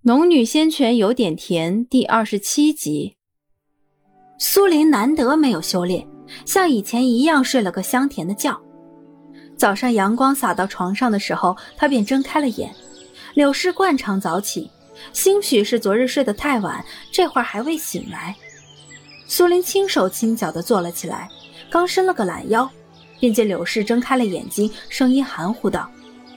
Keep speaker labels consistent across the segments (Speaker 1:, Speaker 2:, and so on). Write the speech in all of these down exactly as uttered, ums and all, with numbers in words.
Speaker 1: 农女仙泉有点甜第二十七集。苏林难得没有修炼，像以前一样睡了个香甜的觉。早上阳光洒到床上的时候，他便睁开了眼。柳氏惯常早起，兴许是昨日睡得太晚，这会儿还未醒来。苏林轻手轻脚地坐了起来，刚伸了个懒腰，便见柳氏睁开了眼睛，声音含糊道：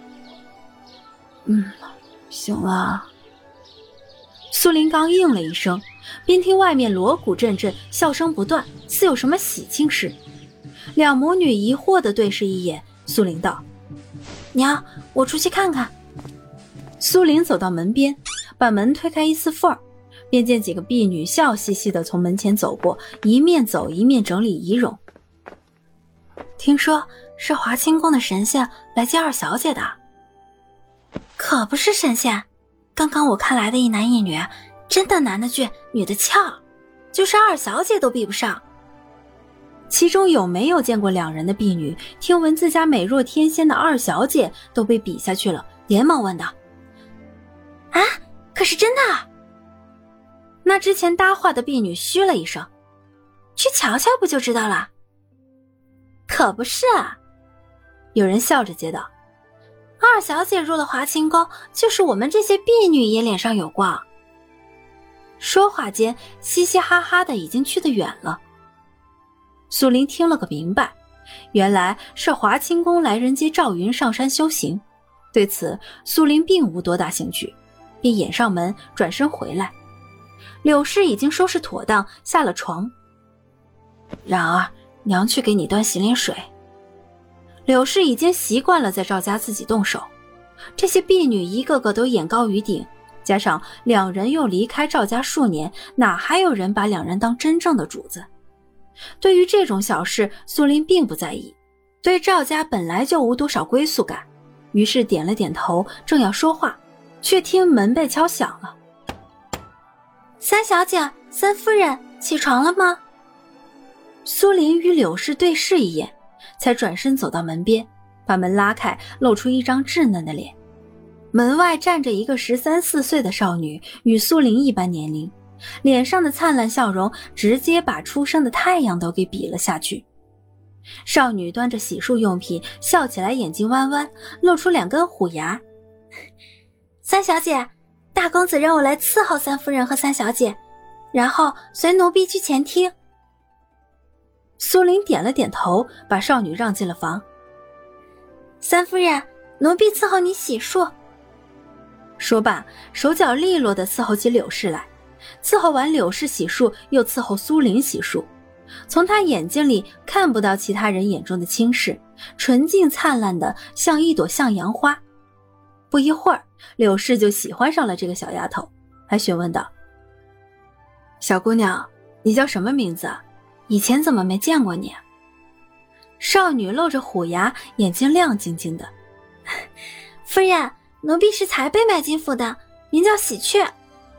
Speaker 1: 嗯，醒了。苏林刚应了一声，便听外面锣鼓阵阵，笑声不断，似有什么喜庆事。两母女疑惑地对视一眼，苏林道：娘，我出去看看。苏林走到门边，把门推开一丝缝儿，便见几个婢女笑嘻嘻地从门前走过，一面走一面整理仪容。听说是华清宫的神仙来接二小姐的。可不是神仙，刚刚我看来的一男一女，真的男的俊，女的俏，就是二小姐都比不上。其中有没有见过两人的婢女，听闻自家美若天仙的二小姐都被比下去了，连忙问道：啊，可是真的？那之前搭话的婢女嘘了一声：去瞧瞧不就知道了。可不是啊，有人笑着接道：二小姐入了华清宫，就是我们这些婢女也脸上有光。说话间，嘻嘻哈哈的已经去得远了。苏林听了个明白，原来是华清宫来人接赵云上山修行。对此，苏林并无多大兴趣，便掩上门，转身回来。柳氏已经收拾妥当，下了床。然而，娘去给你端洗脸水。柳氏已经习惯了在赵家自己动手，这些婢女一个个都眼高于顶，加上两人又离开赵家数年，哪还有人把两人当真正的主子？对于这种小事，苏林并不在意，对赵家本来就无多少归宿感，于是点了点头，正要说话，却听门被敲响了。三小姐，三夫人，起床了吗？苏林与柳氏对视一眼，才转身走到门边，把门拉开，露出一张稚嫩的脸。门外站着一个十三四岁的少女，与苏林一般年龄，脸上的灿烂笑容直接把初升的太阳都给比了下去。少女端着洗漱用品，笑起来眼睛弯弯，露出两根虎牙。三小姐，大公子让我来伺候三夫人和三小姐，然后随奴婢去前厅。苏林点了点头，把少女让进了房。三夫人，奴婢伺候你洗漱。说罢，手脚利落地伺候起柳氏来，伺候完柳氏洗漱，又伺候苏林洗漱。从他眼睛里看不到其他人眼中的轻视，纯净灿烂的像一朵向阳花。不一会儿，柳氏就喜欢上了这个小丫头，还询问道：小姑娘，你叫什么名字啊？以前怎么没见过你啊？少女露着虎牙，眼睛亮晶晶的。夫人，奴婢是才被买进府的，名叫喜鹊。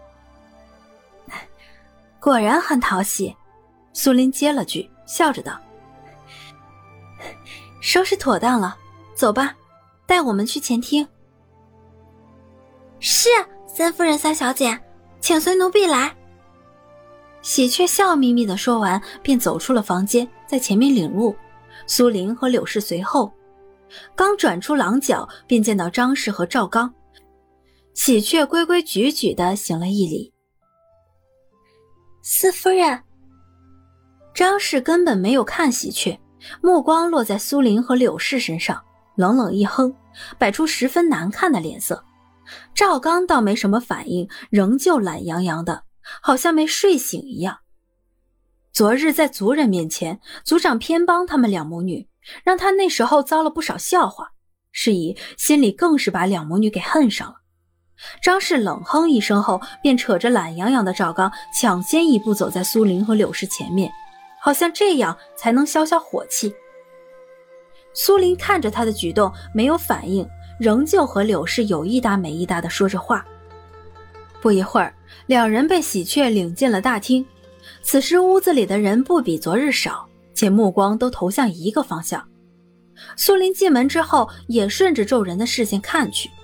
Speaker 1: 果然很讨喜。苏林接了句，笑着道：收拾妥当了，走吧，带我们去前厅。是，三夫人三小姐，请随奴婢来。喜鹊笑眯眯地说完，便走出了房间，在前面领路。苏林和柳氏随后。刚转出廊角，便见到张氏和赵刚。喜鹊规规矩矩地行了一礼。四夫人。张氏根本没有看喜鹊，目光落在苏林和柳氏身上，冷冷一哼，摆出十分难看的脸色。赵刚倒没什么反应，仍旧懒洋洋的，好像没睡醒一样。昨日在族人面前，族长偏帮他们两母女，让他那时候遭了不少笑话，是以心里更是把两母女给恨上了。张氏冷哼一声后，便扯着懒洋洋的赵刚，抢先一步走在苏林和柳氏前面，好像这样才能消消火气。苏林看着他的举动没有反应，仍旧和柳氏有一搭没一搭地说着话。不一会儿，两人被喜鹊领进了大厅。此时屋子里的人不比昨日少，且目光都投向一个方向。苏林进门之后，也顺着众人的视线看去，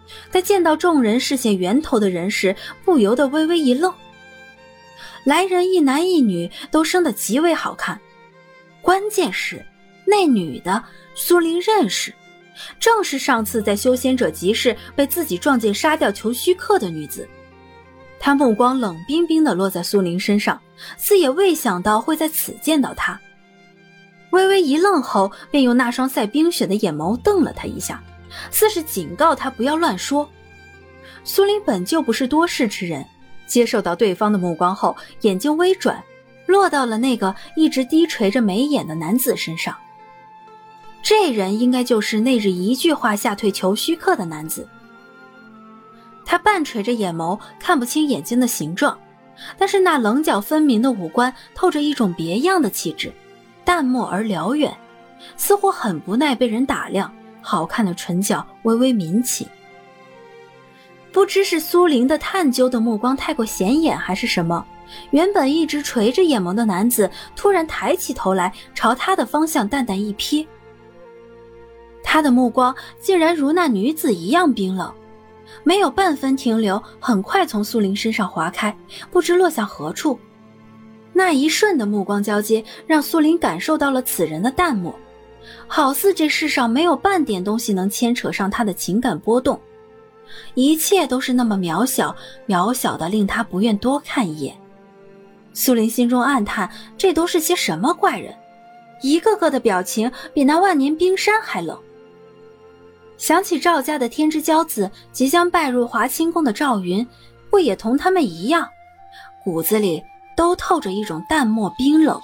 Speaker 1: 在见到众人视线源头的人时，不由得微微一愣。来人一男一女，都生得极为好看，关键是那女的苏林认识，正是上次在修仙者集市被自己撞见杀掉裘须客的女子。他目光冷冰冰地落在苏林身上，似也未想到会在此见到他。微微一愣后，便用那双赛冰雪的眼眸瞪了他一下，似是警告他不要乱说。苏林本就不是多事之人，接受到对方的目光后，眼睛微转，落到了那个一直低垂着眉眼的男子身上。这人应该就是那日一句话吓退裘须客的男子。他半垂着眼眸，看不清眼睛的形状，但是那棱角分明的五官透着一种别样的气质，淡漠而辽远，似乎很不耐被人打量，好看的唇角微微抿起。不知是苏林的探究的目光太过显眼还是什么，原本一直垂着眼眸的男子突然抬起头来，朝他的方向淡淡一瞥。他的目光竟然如那女子一样冰冷，没有半分停留，很快从苏林身上划开，不知落向何处。那一瞬的目光交接，让苏林感受到了此人的淡漠，好似这世上没有半点东西能牵扯上他的情感波动，一切都是那么渺小，渺小的令他不愿多看一眼。苏林心中暗叹，这都是些什么怪人，一个个的表情比那万年冰山还冷。想起赵家的天之骄子即将拜入华清宫的赵云，不也同他们一样，骨子里都透着一种淡漠冰冷。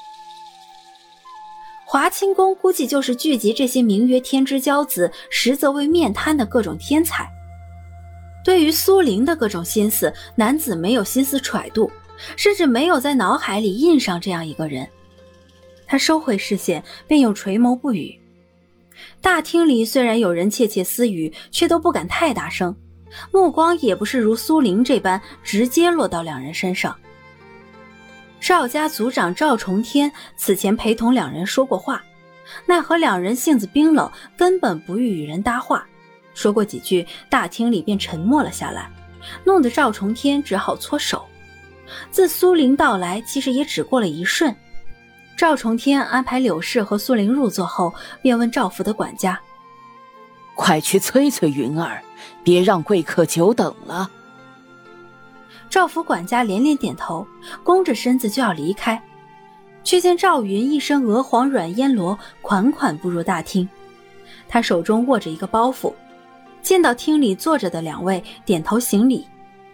Speaker 1: 华清宫估计就是聚集这些名曰天之骄子，实则为面瘫的各种天才。对于苏林的各种心思，男子没有心思揣度，甚至没有在脑海里印上这样一个人。他收回视线，便又垂眸不语。大厅里虽然有人窃窃私语，却都不敢太大声，目光也不是如苏林这般直接落到两人身上。赵家族长赵重天此前陪同两人说过话，奈何两人性子冰冷，根本不欲与人搭话，说过几句，大厅里便沉默了下来，弄得赵重天只好搓手。自苏林到来，其实也只过了一瞬。赵重天安排柳氏和苏林入座后，便问赵府的管家：“
Speaker 2: 快去催催云儿，别让贵客久等了。”
Speaker 1: 赵府管家连连点头，弓着身子就要离开，却见赵云一身鹅黄软烟罗，款款步入大厅。他手中握着一个包袱，见到厅里坐着的两位，点头行礼：“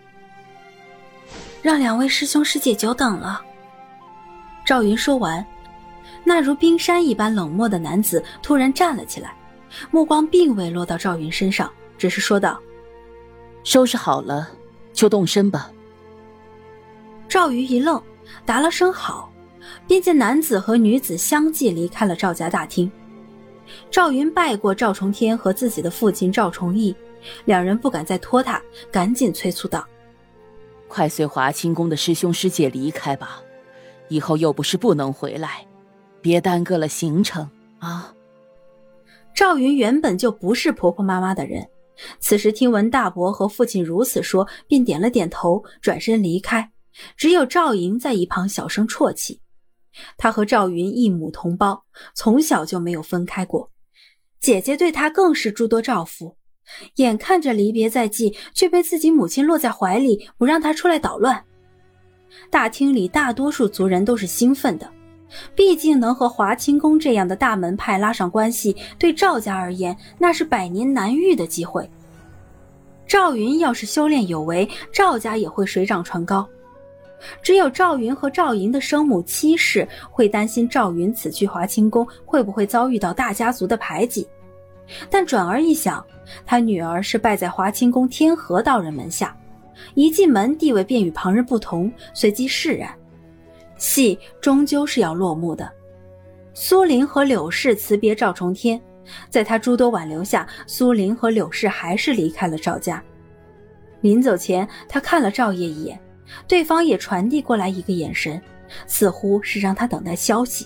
Speaker 1: 让两位师兄师姐久等了。”赵云说完，那如冰山一般冷漠的男子突然站了起来，目光并未落到赵云身上，只是说道：“
Speaker 2: 收拾好了就动身吧。”
Speaker 1: 赵云一愣，答了声好，便见男子和女子相继离开了赵家大厅。赵云拜过赵重天和自己的父亲赵重义，两人不敢再拖他，赶紧催促道：“
Speaker 2: 快随华清宫的师兄师姐离开吧，以后又不是不能回来，别耽搁了行程啊。”
Speaker 1: 赵云原本就不是婆婆妈妈的人，此时听闻大伯和父亲如此说，便点了点头，转身离开。只有赵莹在一旁小声啜泣。她和赵云一母同胞，从小就没有分开过，姐姐对她更是诸多照拂，眼看着离别在即，却被自己母亲落在怀里，不让她出来捣乱。大厅里大多数族人都是兴奋的，毕竟能和华清宫这样的大门派拉上关系，对赵家而言那是百年难遇的机会。赵云要是修炼有为，赵家也会水涨船高。只有赵云和赵莹的生母戚氏会担心赵云此去华清宫会不会遭遇到大家族的排挤，但转而一想，他女儿是拜在华清宫天河道人门下，一进门地位便与旁人不同，随即释然。戏终究是要落幕的。苏林和柳氏辞别赵重天，在他诸多挽留下，苏林和柳氏还是离开了赵家。临走前，他看了赵烨一眼，对方也传递过来一个眼神，似乎是让他等待消息。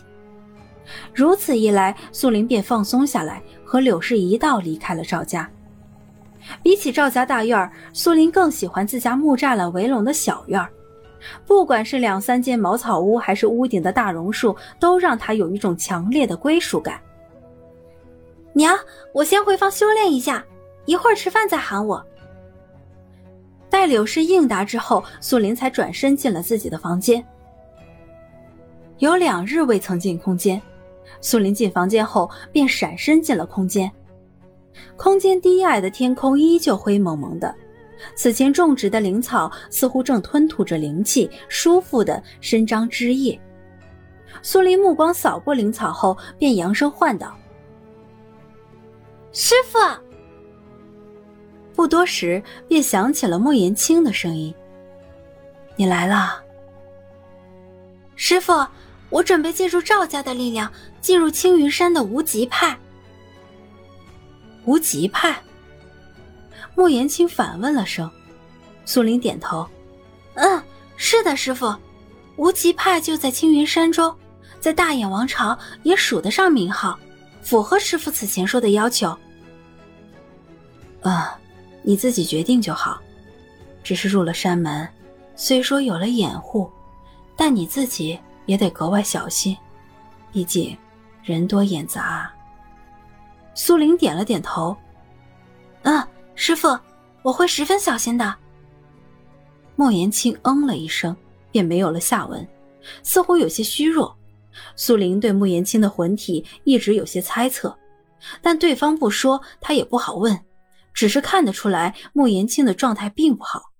Speaker 1: 如此一来，苏林便放松下来，和柳氏一道离开了赵家。 比起赵家大院儿，苏林更喜欢自家木栅栏围拢的小院儿。不管是两三间茅草屋，还是屋顶的大榕树，都让他有一种强烈的归属感。娘，我先回房修炼一下，一会儿吃饭再喊我。待柳氏应答之后，苏林才转身进了自己的房间。有两日未曾进空间，苏林进房间后便闪身进了空间。空间低矮的天空依旧灰蒙蒙的，此前种植的灵草似乎正吞吐着灵气，舒服地伸张枝叶。苏林目光扫过灵草后，便扬声唤道：师父！不多时便响起了莫言青的声音：你来了。师父，我准备借助赵家的力量进入青云山的无极派。无极派？莫言青反问了声。苏林点头：嗯，是的，师父。无极派就在青云山中，在大眼王朝也数得上名号，符合师父此前说的要求。啊，你自己决定就好。只是入了山门，虽说有了掩护，但你自己也得格外小心，毕竟人多眼杂。苏玲点了点头：嗯，师父，我会十分小心的。莫言青嗯了一声，便没有了下文，似乎有些虚弱。苏玲对莫言青的魂体一直有些猜测，但对方不说，他也不好问，只是看得出来莫言青的状态并不好。